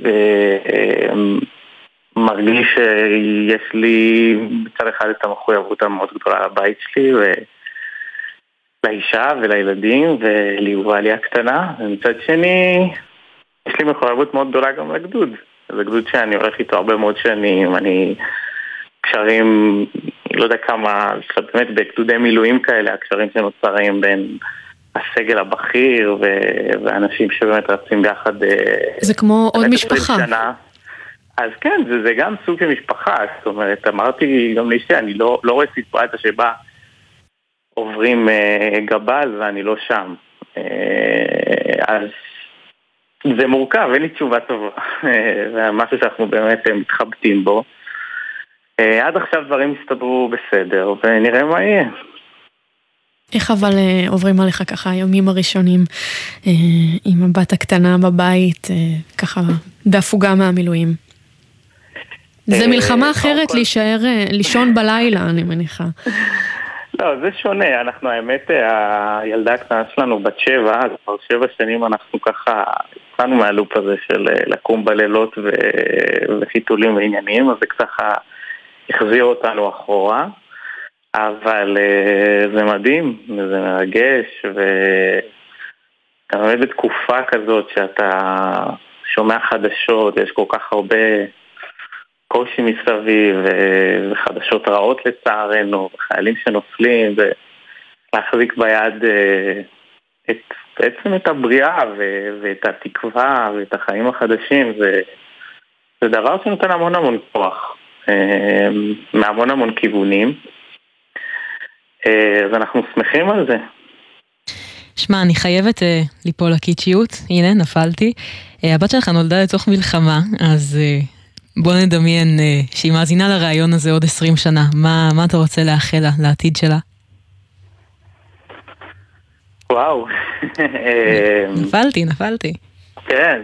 מרגיש שיש לי בצד אחד את המחויבות המאוד גדולה לבית שלי ולאישה ולילדים וליובלי הקטנה, ומצד שני יש לי מחויבות מאוד גדולה גם לגדוד. זה גדוד שאני הולך איתו הרבה מאוד שנים, אני קשרים, לא יודע כמה, באמת בגדודי מילואים כאלה, הקשרים שנוצרים בין הסגל הבכיר ואנשים שבאמת רצים ביחד. זה כמו עוד משפחה. אז כן, זה גם סוג של משפחה, זאת אומרת, אמרתי גם לאשתי, אני לא רואה סיטואציה שבה עוברים גבל ואני לא שם. אז זה מורכב, אין לי תשובה טובה, זה משהו שאנחנו באמת מתחבטים בו. עד עכשיו דברים הסתדרו בסדר, ונראה מה יהיה. איך אבל עוברים עליך ככה היומים הראשונים עם הבת הקטנה בבית, ככה בהפוגה מהמילואים? זה מלחמה אחרת להישאר, לישון בלילה, אני מניחה. לא, זה שונה. אנחנו, האמת, הילדה הקטנה שלנו בת 7, אז כבר 7 שנים אנחנו ככה, יצאנו מהלופ הזה של לקום בלילות וחיתולים ועניינים, אז זה ככה החזיר אותנו אחורה. אבל זה מדהים, וזה מרגש, וגם באמת בתקופה כזאת שאתה שומע חדשות, יש כל כך הרבה קושי מסביב, וחדשות רעות לצערנו, וחיילים שנופלים, ולהחזיק ביד בעצם את הבריאה, ואת התקווה, ואת החיים החדשים, זה דבר שנותן המון כוח, מהמון המון כיוונים. אז אנחנו שמחים על זה. שמע, אני חייבת ליפול לקיצ'יות. הנה, נפלתי. הבת שלך נולדה לתוך מלחמה, אז בוא נדמיין שהיא מאזינה לרעיון הזה עוד 20 שנה. מה אתה רוצה לאחל לה, לעתיד שלה? וואו. נפלתי. כן.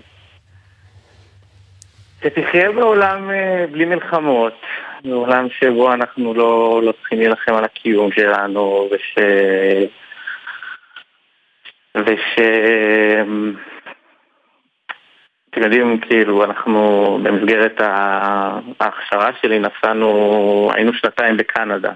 שתחיה בעולם בלי מלחמות. בעולם שבו אנחנו לא צריכים להילחם על הקיום שלנו, אתם יודעים, כאילו, אנחנו במסגרת ההכשרה שלי היינו 2 בקנדה,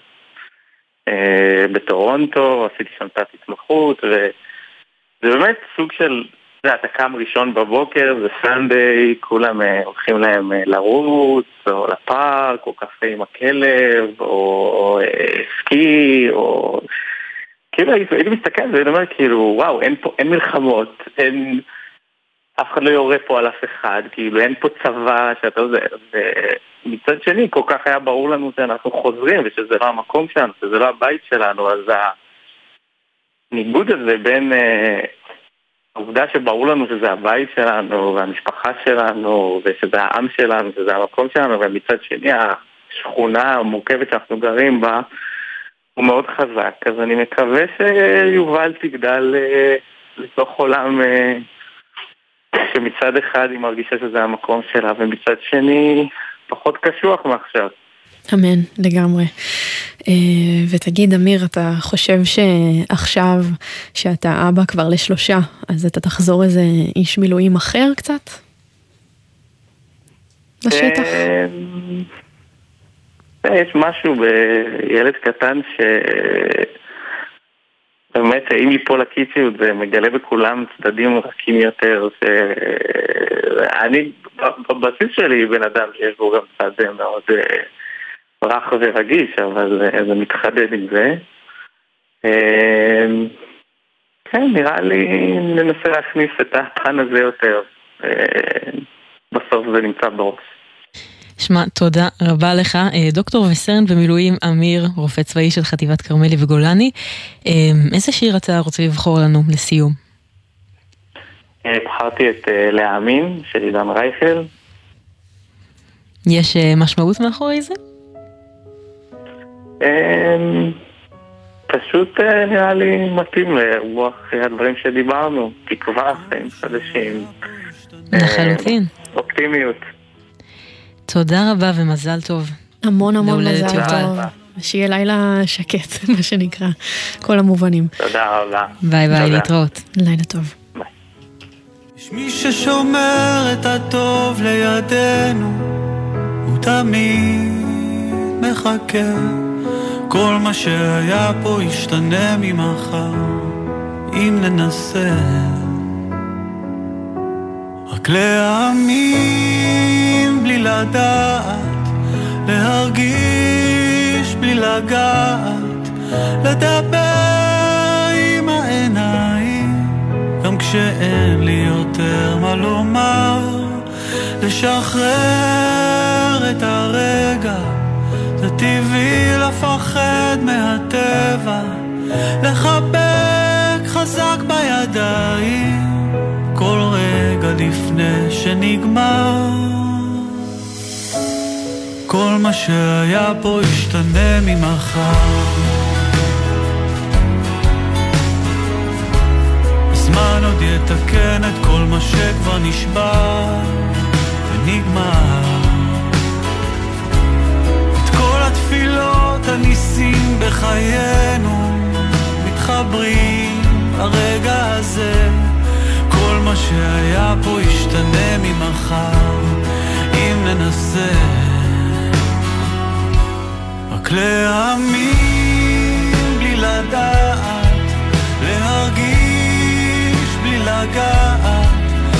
בטורונטו, עשיתי שם התמחות, וזה באמת סוג של, אתה קם ראשון בבוקר, זה סנדיי, כולם הולכים להם לרוץ, או לפארק, או קפה עם הכלב, או סקי, או... כאילו, הייתי מסתכל ואני אומר, כאילו, וואו, אין מלחמות, אף אחד לא יורה פה על אף אחד, כאילו, אין פה צבא, שאתה יודע, ומצד שני, כל כך היה ברור לנו שאנחנו חוזרים, ושזה לא המקום שלנו, שזה לא הבית שלנו, אז הניגוד הזה בין... העובדה שברור לנו שזה הבית שלנו, והמשפחה שלנו, ושזה העם שלנו, שזה המקום שלנו, ומצד שני השכונה המורכבת שאנחנו גרים בה, הוא מאוד חזק. אז אני מקווה שיובל תגדל לתוך עולם שמצד אחד היא מרגישה שזה המקום שלה, ומצד שני פחות קשוח מעכשיו. אמן, לגמרי. ותגיד, אמיר, אתה חושב שעכשיו שאתה אבא כבר ל3, אז אתה תחזור איזה איש מילואים אחר קצת? בשטח? יש משהו בילד קטן באמת, אם ייפול הקיציות, זה מגלה בכולם צדדים רכים יותר, אני, בבסיס שלי, בן אדם שיש בו גם צד מאוד רך ורגיש, אבל זה מתחדד עם זה. כן, נראה לי ננסה להכניס את הפן הזה יותר. בסוף זה נמצא בראש. שמע, תודה רבה לך. דוקטור וסרן במילואים אמיר, רופא צבאי של חטיבת קרמלי וגולני. איזה שיר אתה רוצה לבחור לנו לסיום? בחרתי את להאמין של עידן רייכל. יש משמעות מאחורי זה? פשוט נראה לי מתאים לרוח הדברים שדיברנו, תקווה, חיים חדשים. לחלוטין. אופטימיות. תודה רבה ומזל טוב. המון המון מזל טוב. שיהיה לילה שקט, מה שנקרא, כל המובנים. תודה רבה. ביי ביי, להתראות. לילה טוב. יש מי ששומר את הטוב לידינו, הוא תמיד מחכה. כל מה שהיה פה ישתנה ממחר, אם ננסה רק להאמין בלי לדעת, להרגיש בלי לגעת, לדבר עם העיניים גם כשאין לי יותר מה לומר, לשחרר את הרגע, זה טבעי לפחד מהטבע, לחבק חזק בידיים כל רגע לפני שנגמר. כל מה שהיה פה ישתנה ממחר, הזמן עוד יתקן את כל מה שכבר נשבר ונגמר. התפילות הניסים בחיינו מתחברים הרגע הזה, כל מה שהיה פה ישתנה ממחר אם ננסה רק להאמין בלי לדעת, להרגיש בלי לגעת,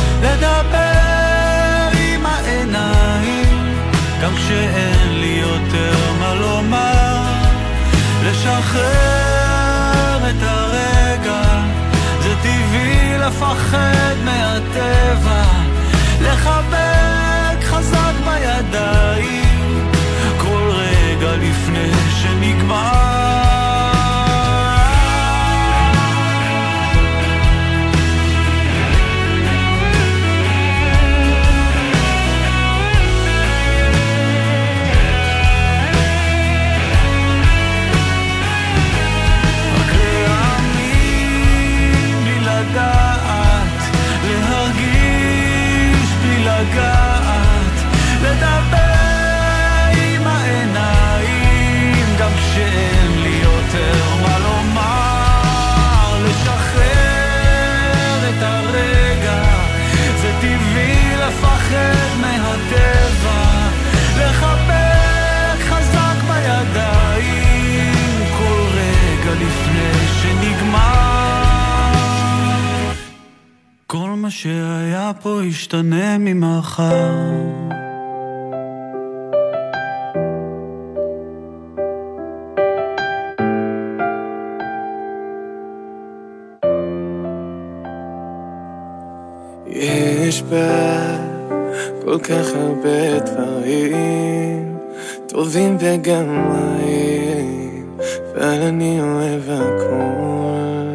לדבר עם העיניים גם כשאין לי יותר מה לומר, לשחרר את הרגע, זה טבעי לפחד מהטבע, לחבק חזק בידיים כל רגע לפני שנגמר. לגעת, לדבר עם העיניים גם כשאין לי יותר מה לומר, לשחרר את הרגע, זה טבעי לפחד מהטבע, לחבק חזק בידיים כל רגע לפני שנגמר. כל מה שהיה פה ישתנה ממחר. יש בה כל כך הרבה דברים טובים וגם רעים, אבל אני אוהב הכל.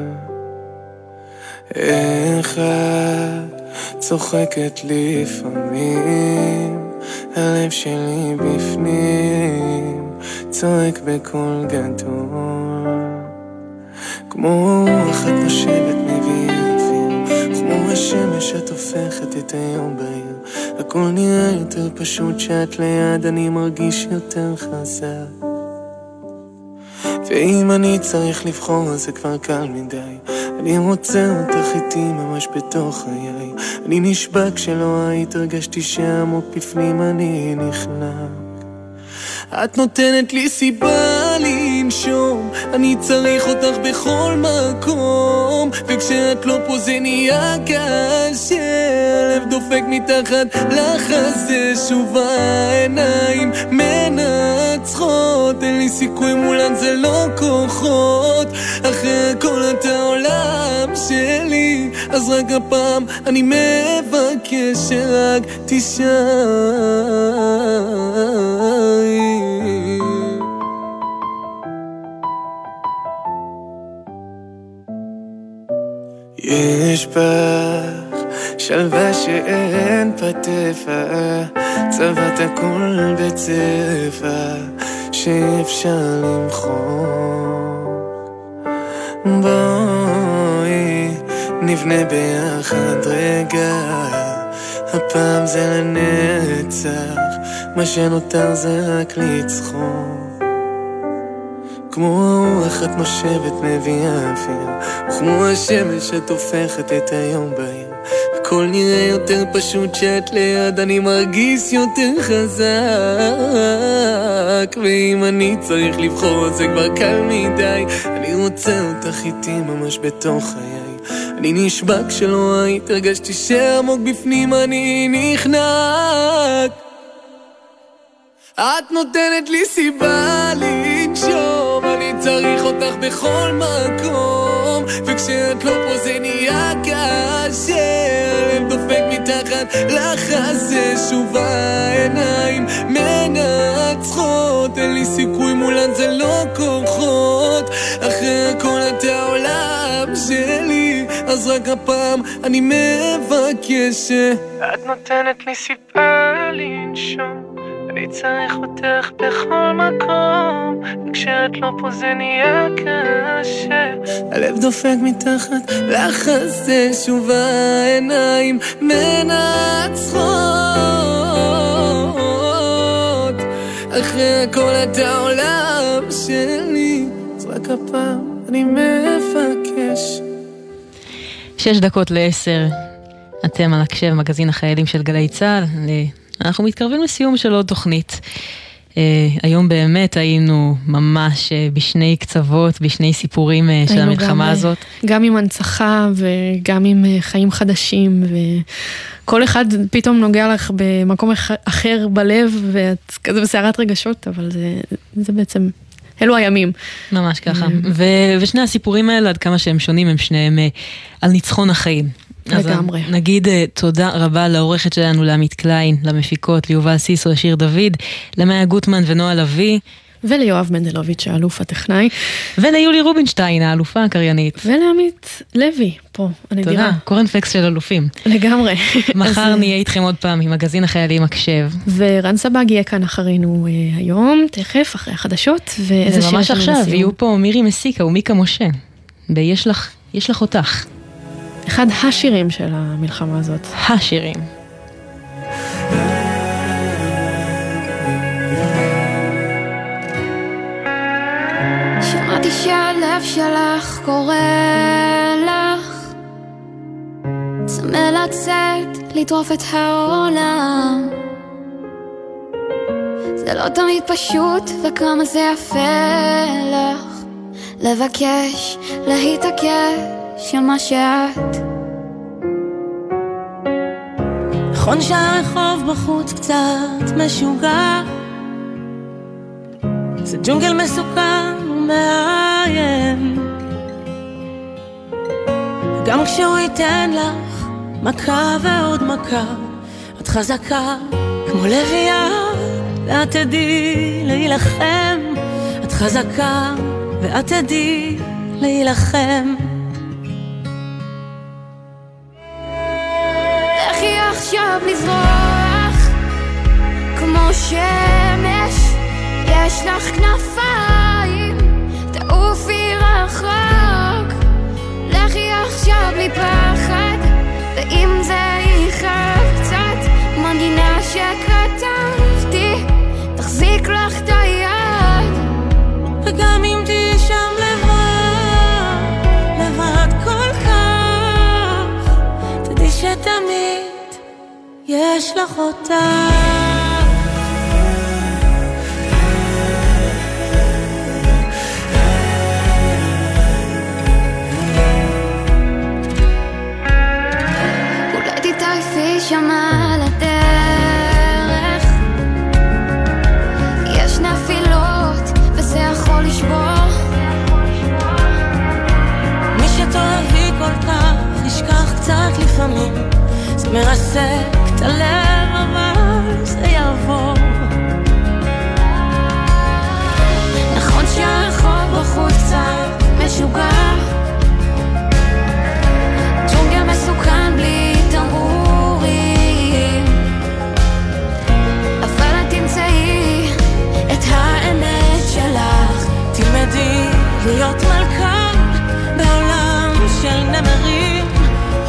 אחד צוחקת לפעמים, הלב שלי בפנים צועק בקול גדול, כמו אחת נושבת מביאה אוויר, כמו השמש את הופכת את היום בעיר. הכל נראה יותר פשוט שאת ליד, אני מרגיש יותר חזק, ואם אני צריך לבחור זה כבר קל מדי. אני רוצה אותך איתי ממש בתוך חיי, אני נשבע כשלא היית, הרגשתי שעמוק בפנים אני נחנק. את נותנת לי סיבה לנשום, אני צריך אותך בכל מקום, וכשאת לא פה זה נהיה קשה, לב דופק מתחת לחזה, שוב העיניים מנצחות, אין לי סיכוי מולן זה לא כוחות, אחרי הכל אתה עולם שלי, אז רק הפעם אני מבקש שרק תישאר. יש בך שלווה שאין פתפה, צבעת הכל בצבע שאפשר למחוק, בואי נבנה ביחד רגע, הפעם זה לנצח, מה שנותר זה רק לצחוק. כמו רוח את נושבת מביאה אוויר, וכמו השמש את הופכת את היום בעיר, הכל נראה יותר פשוט שאת ליד, אני מרגיש יותר חזק. ואם אני צריך לבחור זה כבר קל מדי, אני רוצה אותך איתי ממש בתוך חיי, אני נשבע כשלא היית, הרגשתי שעמוק בפנים אני נחנק. את נותנת לי סיבה לנשום, אני צריך אותך בכל מקום, וכשאת לא פה זה נהיה קשה, הלב דופק מתחת לחזה, שוב העיניים מנצחות, אין לי סיכוי מולן זה לא כוחות, אחרי הכל אתה עולם שלי, אז רק הפעם אני מבקש. את נותנת לי סיבה לנשום, אני צריך אותך בכל מקום, וכשאת לא פה זה נהיה קשה, הלב דופק מתחת לחזה, שוב העיניים מנצחות, אחרי הכל אתה עולם שלי, אז רק הפעם אני מבקש. 6:10, אתם על הקשב, מגזין החיילים של גלי צהל. אנחנו מתקרבים לסיום של עוד תוכנית. היום באמת היינו ממש בשני קצוות, בשני סיפורים של המלחמה הזאת. גם עם הנצחה וגם עם חיים חדשים, וכל אחד פתאום נוגע לך במקום אחר בלב, ואת כזה בסערת רגשות, אבל זה בעצם, אלו הימים. ממש ככה. ושני הסיפורים האלה, עד כמה שהם שונים, הם שניהם על ניצחון החיים. לגמרי. אז נגיד תודה רבה לעורכת שלנו, לעמית קליין, למפיקות, ליובל סיסו, לשיר דוד, למאיה גוטמן ונועה לוי. וליואב מנדלוביץ', האלוף הטכנאי. וליולי רובינשטיין, האלופה הקריינית. ולעמית לוי, פה, הנדירה. תודה, קורנפלקס של אלופים. לגמרי. מחר נהיה איתכם עוד פעם עם מגזין החיילים הקשב. ורן סבג יהיה כאן אחרינו היום, תכף, אחרי החדשות. ואיזה שיר וממש עכשיו, יהיו פה מירי מסיקה ומיקה משה. ויש לך אותך. אחד השירים של המלחמה הזאת. השירים. שמעתי שהלב שלך קורא לך, צמא לצאת, לטרוף את העולם. זה לא תמיד פשוט, וכמה זה יפה לך לבקש, להתעקש על מה שאת. נכון שהרחוב בחוץ קצת משוגע, זה ג'ונגל מסוכן ומאיים, גם כשהוא ייתן לך מכה ועוד מכה, את חזקה כמו לביאה, ואת תדעי להילחם. את חזקה ואת תדעי להילחם. לכי עכשיו לזרוח כמו שמש, יש לך כנפיים, תעופי רחוק. לכי עכשיו בלי פחד, ואם זה יכאב קצת, מנגינה שכתבתי תחזיק לך את היד. וגם אם תהי שם לבד כל כך, תדעי שתמיד יש לך אותה. שם על הדרך יש נפילות וזה יכול לשבור. מי שתאהבי כל כך ישכח קצת לפעמים, זה מרסק את הלב אבל זה יעבור. נכון שהרחוב בחוץ קצת משוגע, ג'ונגל מסוכן בלי תמרור, את האמת שלך, תלמדי להיות מלכה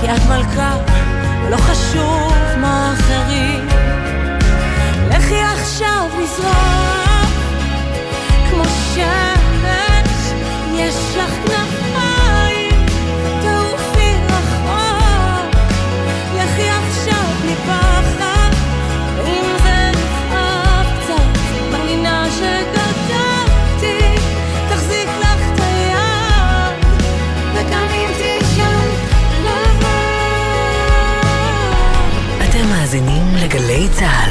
כי את מלכה, לא חשוב מה אחרים. לכי עכשיו לזרום כמו שמש, יש לך כנפיים, תעופי רחוק. לכי עכשיו בלי פחד, אם זה נכאב קצת במינה שכתבתי, תחזיק לך את היד, וגם אם תישן לבד. אתם מאזינים לגלי צהל.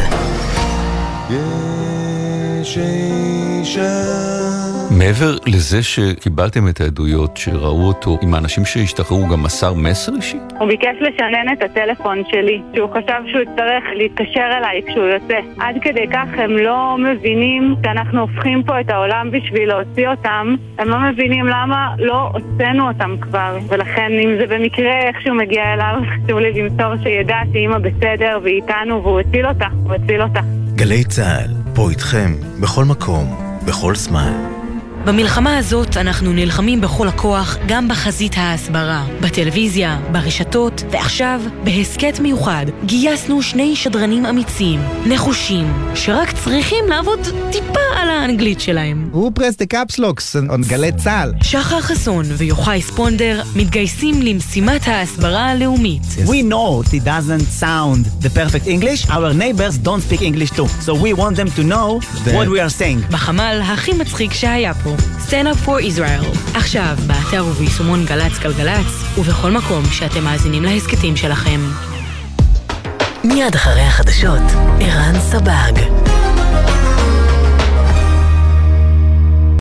יש אישה. מעבר לזה שקיבלתם את העדויות שראו אותו עם האנשים שהשתחררו, גם מסר מסר אישי? הוא ביקש לשנן את הטלפון שלי, שהוא חשב שהוא יצטרך להתקשר אליי כשהוא יוצא. עד כדי כך הם לא מבינים שאנחנו הופכים פה את העולם בשביל להוציא אותם. הם לא מבינים למה לא הוצאנו אותם כבר, ולכן אם זה במקרה איכשהו מגיע אליו, חשוב לי למסור שידע שאמא בסדר והיא איתנו, והוא הציל אותה, הוא הציל אותה. גלי צהל, פה איתכם, בכל מקום, בכל זמן. במלחמה הזאת אנחנו נלחמים בכל הכוח, גם בחזית ההסברה, בטלוויזיה, ברשתות, ועכשיו, בהסקט מיוחד, גייסנו 2 שדרנים אמיצים, נחושים, שרק צריכים לעבוד טיפה על האנגלית שלהם. Who pressed the caps locks on גלי צהל? שחר חסון ויוחאי ספונדר מתגייסים למשימת ההסברה הלאומית. We know it doesn't sound the perfect English. Our neighbors don't speak English too. So we want them to know what we are saying. בחמ"ל הכי מצחיק שהיה פה. Stand Up for Israel. עכשיו, באתר וביישומון גלץ גלגלץ, ובכל מקום שאתם מאזינים להסקטים שלכם. מיד אחרי החדשות, ערן סבג.